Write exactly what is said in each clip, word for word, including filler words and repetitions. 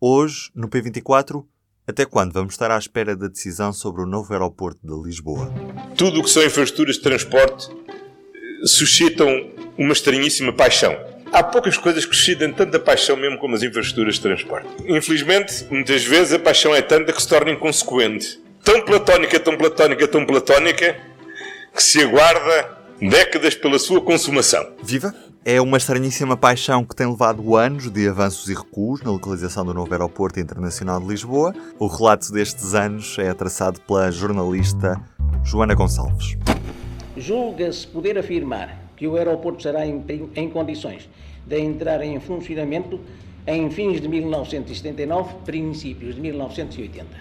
Hoje, no P vinte e quatro, até quando vamos estar à espera da decisão sobre o novo aeroporto de Lisboa? Tudo o que são infraestruturas de transporte suscitam uma estranhíssima paixão. Há poucas coisas que suscitam tanta paixão mesmo como as infraestruturas de transporte. Infelizmente, muitas vezes a paixão é tanta que se torna inconsequente. Tão platónica, tão platónica, tão platónica, que se aguarda décadas pela sua consumação. Viva! É uma estranhíssima paixão que tem levado anos de avanços e recuos na localização do novo Aeroporto Internacional de Lisboa. O relato destes anos é traçado pela jornalista Joana Gonçalves. Julga-se poder afirmar que o aeroporto estará em, em condições de entrar em funcionamento em fins de mil novecentos e setenta e nove, princípios de mil novecentos e oitenta.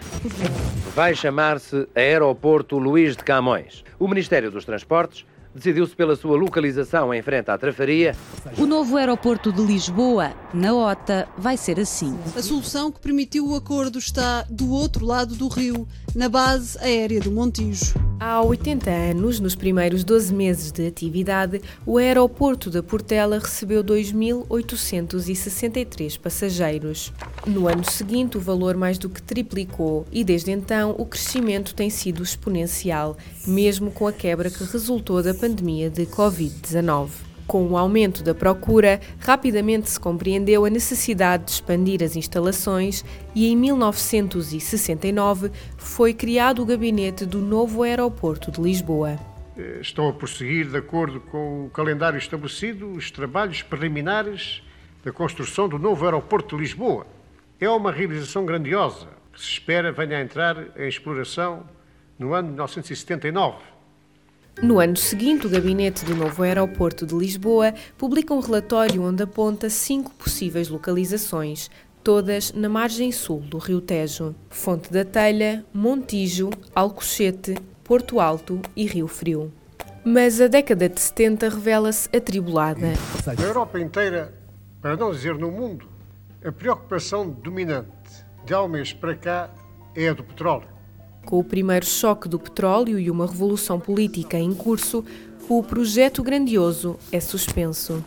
Vai chamar-se Aeroporto Luís de Camões. O Ministério dos Transportes decidiu-se pela sua localização em frente à Trafaria. O novo aeroporto de Lisboa, na OTA, vai ser assim. A solução que permitiu o acordo está do outro lado do rio, na base aérea do Montijo. Há oitenta anos, nos primeiros doze meses de atividade, o aeroporto da Portela recebeu dois mil oitocentos e sessenta e três passageiros. No ano seguinte, o valor mais do que triplicou e, desde então, o crescimento tem sido exponencial, mesmo com a quebra que resultou da pandemia de covid dezanove. Com o aumento da procura, rapidamente se compreendeu a necessidade de expandir as instalações e, em mil novecentos e sessenta e nove, foi criado o gabinete do novo aeroporto de Lisboa. Estão a prosseguir, de acordo com o calendário estabelecido, os trabalhos preliminares da construção do novo aeroporto de Lisboa. É uma realização grandiosa que se espera venha a entrar em exploração no ano de mil novecentos e setenta e nove. No ano seguinte, o gabinete do novo aeroporto de Lisboa publica um relatório onde aponta cinco possíveis localizações, todas na margem sul do Rio Tejo: Fonte da Telha, Montijo, Alcochete, Porto Alto e Rio Frio. Mas a década de setenta revela-se atribulada. Na Europa inteira, para não dizer no mundo, a preocupação dominante de há um mês para cá é a do petróleo. Com o primeiro choque do petróleo e uma revolução política em curso, o projeto grandioso é suspenso.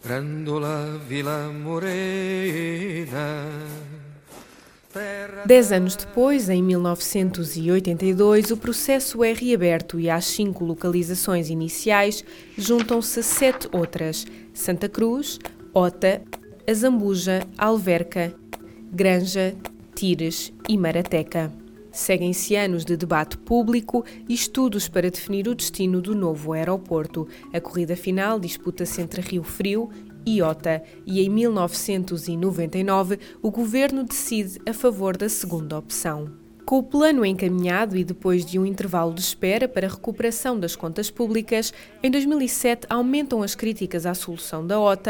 Dez anos depois, em mil novecentos e oitenta e dois, o processo é reaberto e às cinco localizações iniciais juntam-se sete outras: Santa Cruz, Ota, Azambuja, Alverca, Granja, Tires e Marateca. Seguem-se anos de debate público e estudos para definir o destino do novo aeroporto. A corrida final disputa-se entre Rio Frio e Ota e, em mil novecentos e noventa e nove, o governo decide a favor da segunda opção. Com o plano encaminhado e depois de um intervalo de espera para a recuperação das contas públicas, em dois mil e sete aumentam as críticas à solução da OTA.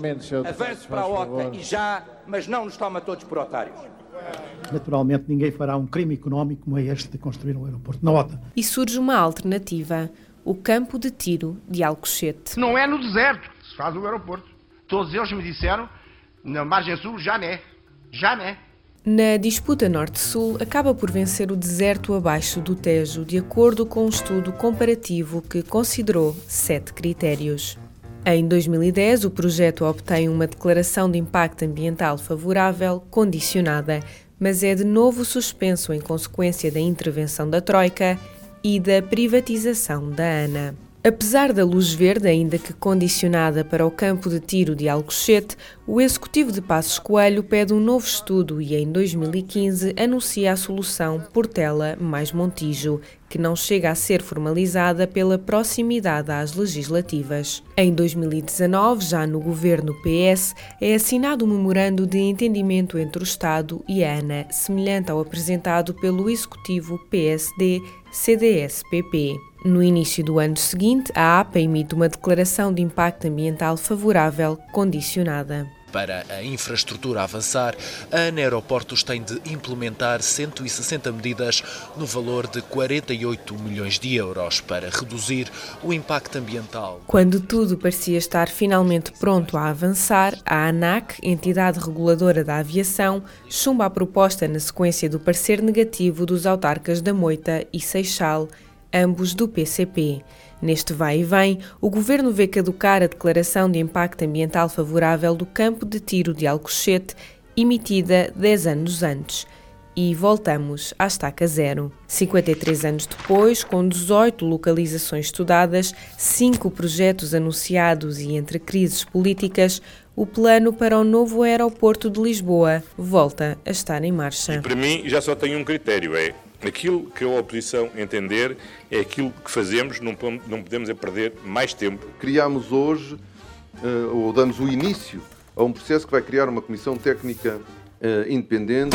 Avance para a OTA e já, mas não nos toma todos por otários. Naturalmente, ninguém fará um crime económico como é este de construir um aeroporto na OTA. E surge uma alternativa: o campo de tiro de Alcochete. Não é no deserto que se faz o aeroporto. Todos eles me disseram, na margem sul, já não é. Já não é. Na disputa norte-sul, acaba por vencer o deserto abaixo do Tejo, de acordo com um estudo comparativo que considerou sete critérios. Em dois mil e dez, o projeto obtém uma declaração de impacto ambiental favorável condicionada, mas é de novo suspenso em consequência da intervenção da Troika e da privatização da ANA. Apesar da luz verde, ainda que condicionada para o campo de tiro de Alcochete, o executivo de Passos Coelho pede um novo estudo e, em dois mil e quinze, anuncia a solução Portela mais Montijo, que não chega a ser formalizada pela proximidade às legislativas. Em dois mil e dezanove, já no governo P S, é assinado um memorando de entendimento entre o Estado e a ANA, semelhante ao apresentado pelo executivo P S D C D S P P. No início do ano seguinte, a A P A emite uma declaração de impacto ambiental favorável condicionada. Para a infraestrutura avançar, a ANA Aeroportos tem de implementar cento e sessenta medidas no valor de quarenta e oito milhões de euros para reduzir o impacto ambiental. Quando tudo parecia estar finalmente pronto a avançar, a ANAC, entidade reguladora da aviação, chumba a proposta na sequência do parecer negativo dos autarcas da Moita e Seixal, ambos do P C P. Neste vai e vem, o governo vê caducar a declaração de impacto ambiental favorável do campo de tiro de Alcochete emitida dez anos antes. E voltamos à estaca zero. cinquenta e três anos depois, com dezoito localizações estudadas, cinco projetos anunciados e entre crises políticas, o plano para o novo aeroporto de Lisboa volta a estar em marcha. E para mim já só tem um critério, é aquilo que a oposição entender, é aquilo que fazemos, não podemos é perder mais tempo. Criámos hoje, ou damos o início a um processo que vai criar uma comissão técnica independente.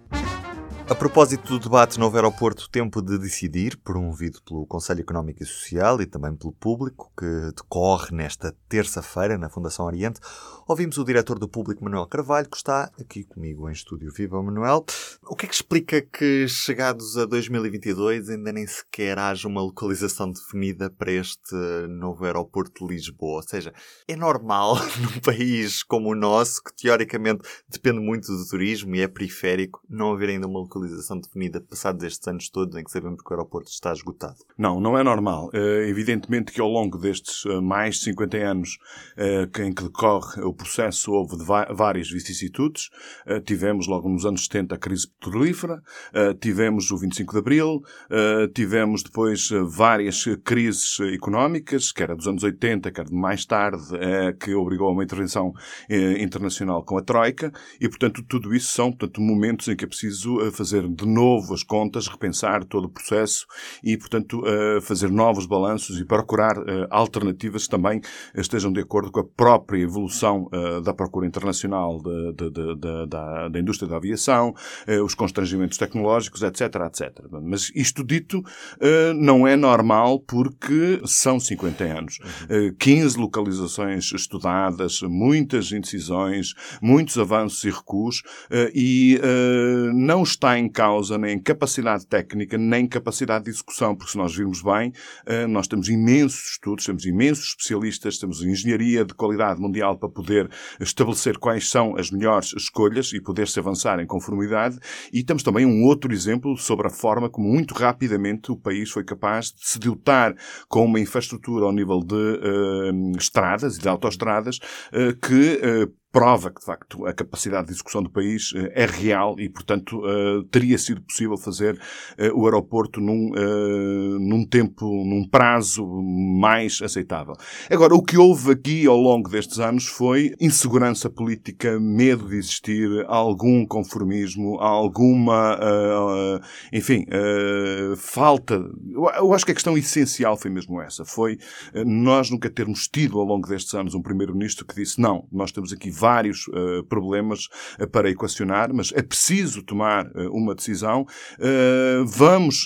A propósito do debate Novo Aeroporto Tempo de Decidir, promovido pelo Conselho Económico e Social e também pelo público, que decorre nesta terça-feira na Fundação Oriente, ouvimos o diretor do Público, Manuel Carvalho, que está aqui comigo em estúdio. Viva, Manuel. O que é que explica que, chegados a dois mil e vinte e dois, ainda nem sequer haja uma localização definida para este novo aeroporto de Lisboa? Ou seja, é normal num país como o nosso, que teoricamente depende muito do turismo e é periférico, não haver ainda uma localização definida, passados estes anos todos em que sabemos que o aeroporto está esgotado? Não, não é normal. Uh, evidentemente que ao longo destes uh, mais de cinquenta anos uh, em que decorre o processo, houve de várias vicissitudes. Uh, tivemos logo nos anos setenta a crise petrolífera, uh, tivemos o vinte e cinco de Abril, uh, tivemos depois uh, várias crises uh, económicas, que era dos anos oitenta, que era de mais tarde, uh, que obrigou a uma intervenção uh, internacional com a Troika, e portanto tudo isso são portanto, momentos em que é preciso uh, fazer de novo as contas, repensar todo o processo e, portanto, uh, fazer novos balanços e procurar uh, alternativas que também estejam de acordo com a própria evolução uh, da procura internacional de, de, de, de, da, da indústria da aviação, uh, os constrangimentos tecnológicos, etc, etcétera. Mas isto dito, uh, não é normal porque são cinquenta anos. Uh, quinze localizações estudadas, muitas indecisões, muitos avanços e recuos uh, e uh, não está em causa nem capacidade técnica, nem capacidade de execução, porque se nós virmos bem, nós temos imensos estudos, temos imensos especialistas, temos engenharia de qualidade mundial para poder estabelecer quais são as melhores escolhas e poder-se avançar em conformidade, e temos também um outro exemplo sobre a forma como muito rapidamente o país foi capaz de se dotar com uma infraestrutura ao nível de uh, estradas e de autoestradas uh, que uh, prova que, de facto, a capacidade de execução do país uh, é real e, portanto, uh, teria sido possível fazer uh, o aeroporto num, uh, num tempo, num prazo mais aceitável. Agora, o que houve aqui ao longo destes anos foi insegurança política, medo de existir, algum conformismo, alguma, uh, uh, enfim, uh, falta. Eu, eu acho que a questão essencial foi mesmo essa. Foi uh, nós nunca termos tido ao longo destes anos um primeiro-ministro que disse, não, nós temos aqui vários uh, problemas uh, para equacionar, mas é preciso tomar uh, uma decisão. Uh, vamos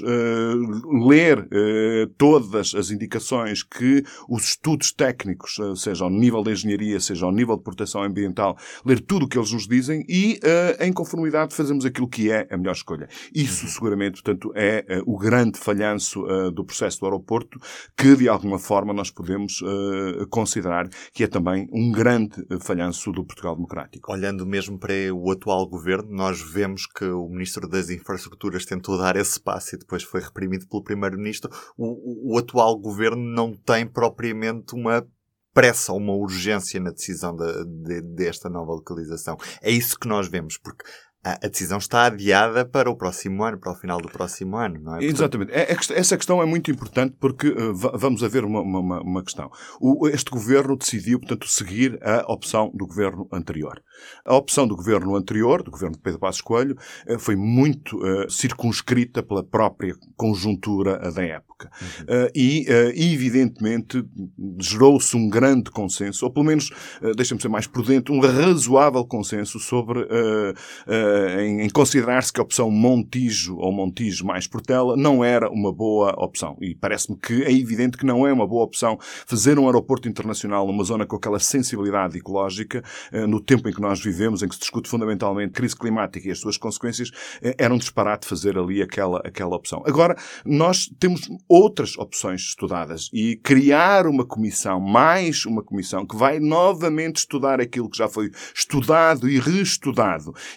uh, ler uh, todas as indicações que os estudos técnicos, uh, seja ao nível da engenharia, seja ao nível de proteção ambiental, ler tudo o que eles nos dizem e, uh, em conformidade, fazemos aquilo que é a melhor escolha. Isso, seguramente, portanto, é uh, o grande falhanço uh, do processo do aeroporto, que, de alguma forma, nós podemos uh, considerar que é também um grande falhanço do Portugal democrático. Olhando mesmo para o atual governo, nós vemos que o Ministro das Infraestruturas tentou dar esse passo e depois foi reprimido pelo Primeiro-Ministro. O, o, o atual governo não tem propriamente uma pressa ou uma urgência na decisão de, de, desta nova localização. É isso que nós vemos, porque a decisão está adiada para o próximo ano, para o final do próximo ano, não é? Exatamente. Essa questão é muito importante porque uh, vamos a ver uma, uma, uma questão. O, este governo decidiu, portanto, seguir a opção do governo anterior. A opção do governo anterior, do governo de Pedro Passos Coelho, uh, foi muito uh, circunscrita pela própria conjuntura uh, da época. Uhum. Uh, e, uh, evidentemente, gerou-se um grande consenso, ou pelo menos, uh, deixa-me ser mais prudente, um razoável consenso sobre uh, uh, Em, em considerar-se que a opção Montijo ou Montijo mais Portela não era uma boa opção. E parece-me que é evidente que não é uma boa opção fazer um aeroporto internacional numa zona com aquela sensibilidade ecológica, eh, no tempo em que nós vivemos, em que se discute fundamentalmente crise climática e as suas consequências, eh, era um disparate fazer ali aquela, aquela opção. Agora, nós temos outras opções estudadas e criar uma comissão, mais uma comissão, que vai novamente estudar aquilo que já foi estudado e reestudado e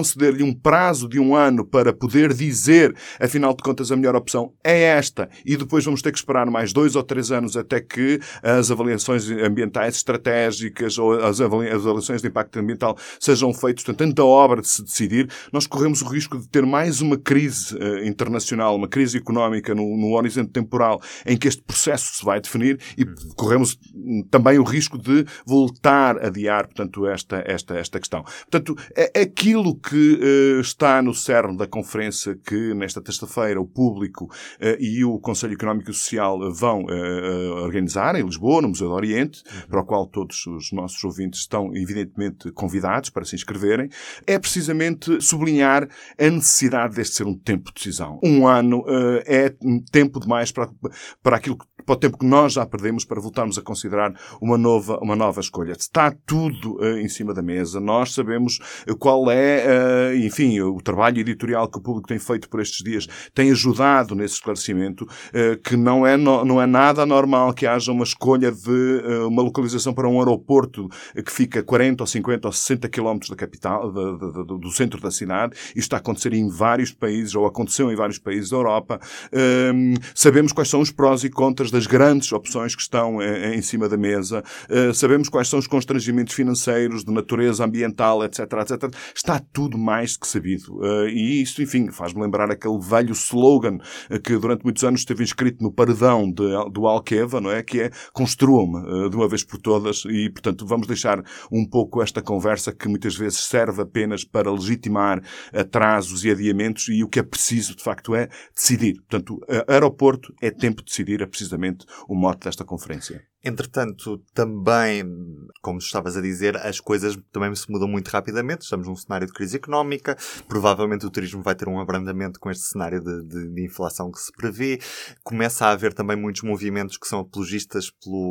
conceder-lhe um prazo de um ano para poder dizer, afinal de contas, a melhor opção é esta, e depois vamos ter que esperar mais dois ou três anos até que as avaliações ambientais estratégicas ou as avaliações de impacto ambiental sejam feitas, portanto, tanta obra de se decidir, nós corremos o risco de ter mais uma crise uh, internacional, uma crise económica no, no horizonte temporal em que este processo se vai definir e corremos também o risco de voltar a adiar, portanto, esta, esta, esta questão. Portanto, é aquilo que uh, está no cerne da conferência que, nesta terça-feira, o público uh, e o Conselho Económico e Social vão uh, organizar em Lisboa, no Museu do Oriente, para o qual todos os nossos ouvintes estão, evidentemente, convidados para se inscreverem, é precisamente sublinhar a necessidade deste ser um tempo de decisão. Um ano uh, é tempo demais para, para aquilo que para o tempo que nós já perdemos para voltarmos a considerar uma nova, uma nova escolha. Está tudo uh, em cima da mesa. Nós sabemos qual é, uh, enfim, o trabalho editorial que o público tem feito por estes dias tem ajudado nesse esclarecimento, uh, que não é, no, não é nada normal que haja uma escolha de uh, uma localização para um aeroporto que fica quarenta ou cinquenta ou sessenta quilómetros da capital, de, de, de, do centro da cidade. Isto está a acontecer em vários países, ou aconteceu em vários países da Europa. Uh, sabemos quais são os prós e contras das grandes opções que estão eh, em cima da mesa. Uh, sabemos quais são os constrangimentos financeiros, de natureza ambiental, etc, etcétera. Está tudo mais que sabido. Uh, e isso, enfim, faz-me lembrar aquele velho slogan uh, que durante muitos anos esteve inscrito no paredão de, do Alqueva, não é? Que é construam-me uh, de uma vez por todas e, portanto, vamos deixar um pouco esta conversa que muitas vezes serve apenas para legitimar atrasos e adiamentos e o que é preciso, de facto, é decidir. Portanto, uh, aeroporto é tempo de decidir, é precisamente o mote desta conferência. Entretanto, também, como estavas a dizer, as coisas também se mudam muito rapidamente. Estamos num cenário de crise económica. Provavelmente o turismo vai ter um abrandamento com este cenário de, de, de inflação que se prevê. Começa a haver também muitos movimentos que são apologistas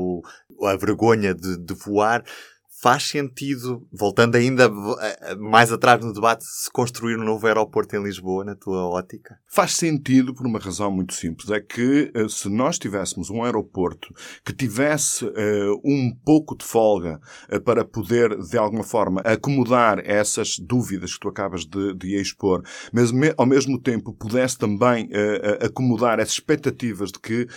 pela vergonha de, de voar. Faz sentido, voltando ainda mais atrás no debate, se construir um novo aeroporto em Lisboa, na tua ótica? Faz sentido por uma razão muito simples. É que se nós tivéssemos um aeroporto que tivesse uh, um pouco de folga uh, para poder, de alguma forma, acomodar essas dúvidas que tu acabas de, de expor, mas me, ao mesmo tempo pudesse também uh, acomodar as expectativas de que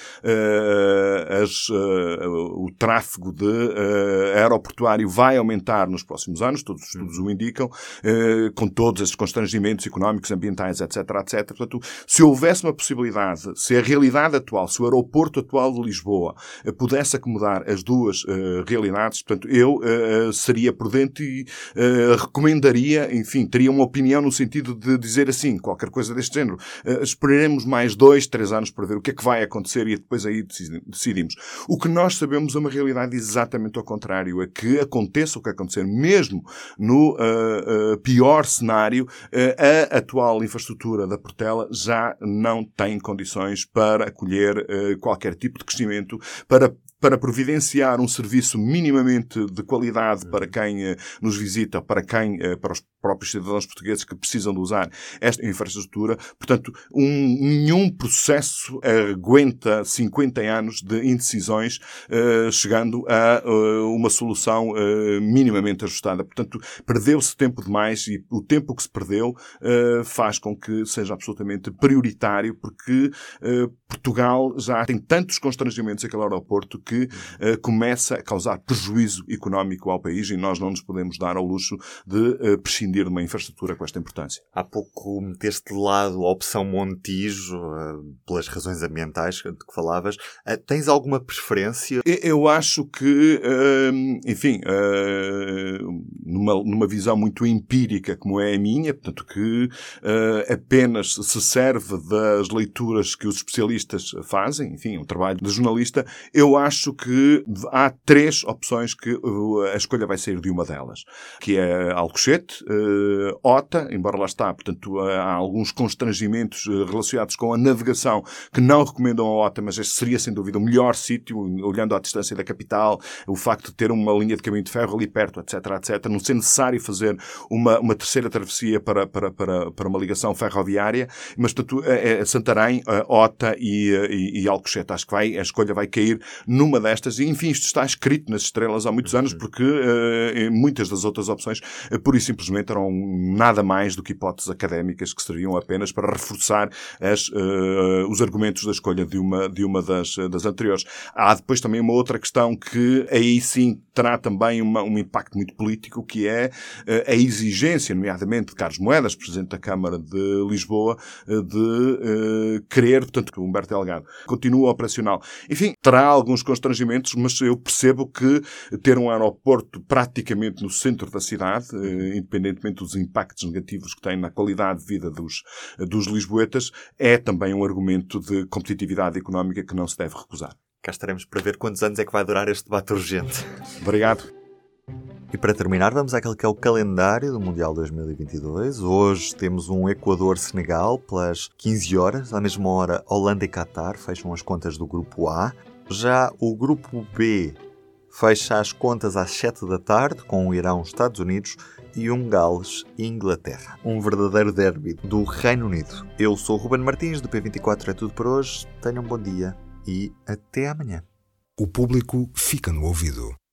uh, as, uh, o tráfego de uh, aeroportuário vai aumentar nos próximos anos, todos os estudos o indicam, eh, com todos esses constrangimentos económicos, ambientais, etc, etcétera. Portanto, se houvesse uma possibilidade, se a realidade atual, se o aeroporto atual de Lisboa eh, pudesse acomodar as duas eh, realidades, portanto, eu eh, seria prudente e eh, recomendaria, enfim, teria uma opinião no sentido de dizer assim, qualquer coisa deste género. Eh, esperaremos mais dois, três anos para ver o que é que vai acontecer e depois aí decidimos. O que nós sabemos é uma realidade exatamente ao contrário, é que a aconteça o que acontecer, mesmo no uh, uh, pior cenário, uh, a atual infraestrutura da Portela já não tem condições para acolher uh, qualquer tipo de crescimento, para para providenciar um serviço minimamente de qualidade para quem uh, nos visita, para quem, uh, para os próprios cidadãos portugueses que precisam de usar esta infraestrutura. Portanto, um, nenhum processo aguenta cinquenta anos de indecisões, uh, chegando a uh, uma solução uh, minimamente ajustada. Portanto, perdeu-se tempo demais e o tempo que se perdeu uh, faz com que seja absolutamente prioritário, porque uh, Portugal já tem tantos constrangimentos naquele aeroporto que uh, começa a causar prejuízo económico ao país e nós não nos podemos dar ao luxo de uh, prescindir de uma infraestrutura com esta importância. Há pouco meteste de lado a opção Montijo, uh, pelas razões ambientais de que falavas. Uh, tens alguma preferência? Eu acho que, uh, enfim, uh, numa, numa visão muito empírica como é a minha, portanto que uh, apenas se serve das leituras que os especialistas fazem, enfim, um trabalho de jornalista, eu acho que há três opções que uh, a escolha vai sair de uma delas, que é Alcochete, Uh, OTA, embora lá está, portanto, há alguns constrangimentos uh, relacionados com a navegação que não recomendam a OTA, mas este seria, sem dúvida, o melhor sítio, olhando à distância da capital, o facto de ter uma linha de caminho de ferro ali perto, etc, etcétera, não ser necessário fazer uma, uma terceira travessia para, para, para, para uma ligação ferroviária, mas, portanto, é, é Santarém, uh, OTA e, uh, e, e Alcochete. Acho que vai, a escolha vai cair num numa destas, e enfim, isto está escrito nas estrelas há muitos anos, porque uh, muitas das outras opções, uh, pura e simplesmente, eram nada mais do que hipóteses académicas que serviam apenas para reforçar as, uh, os argumentos da escolha de uma, de uma das, das anteriores. Há depois também uma outra questão que aí sim terá também uma, um impacto muito político, que é uh, a exigência, nomeadamente de Carlos Moedas, Presidente da Câmara de Lisboa, uh, de uh, querer, portanto, que o Humberto Delgado continue operacional. Enfim, terá alguns constrangimentos, mas eu percebo que ter um aeroporto praticamente no centro da cidade, uh, independentemente dos impactos negativos que tem na qualidade de vida dos, dos lisboetas, é também um argumento de competitividade económica que não se deve recusar. Cá estaremos para ver quantos anos é que vai durar este debate urgente. Obrigado. E para terminar, vamos àquele que é o calendário do Mundial dois mil e vinte e dois. Hoje temos um Equador-Senegal pelas quinze horas. À mesma hora, Holanda e Qatar fecham as contas do Grupo A. Já o Grupo B fecha as contas às sete da tarde, com o Irão, Estados Unidos e um Gales e Inglaterra. Um verdadeiro derby do Reino Unido. Eu sou o Ruben Martins, do P vinte e quatro é tudo por hoje. Tenham um bom dia e até amanhã. O público fica no ouvido.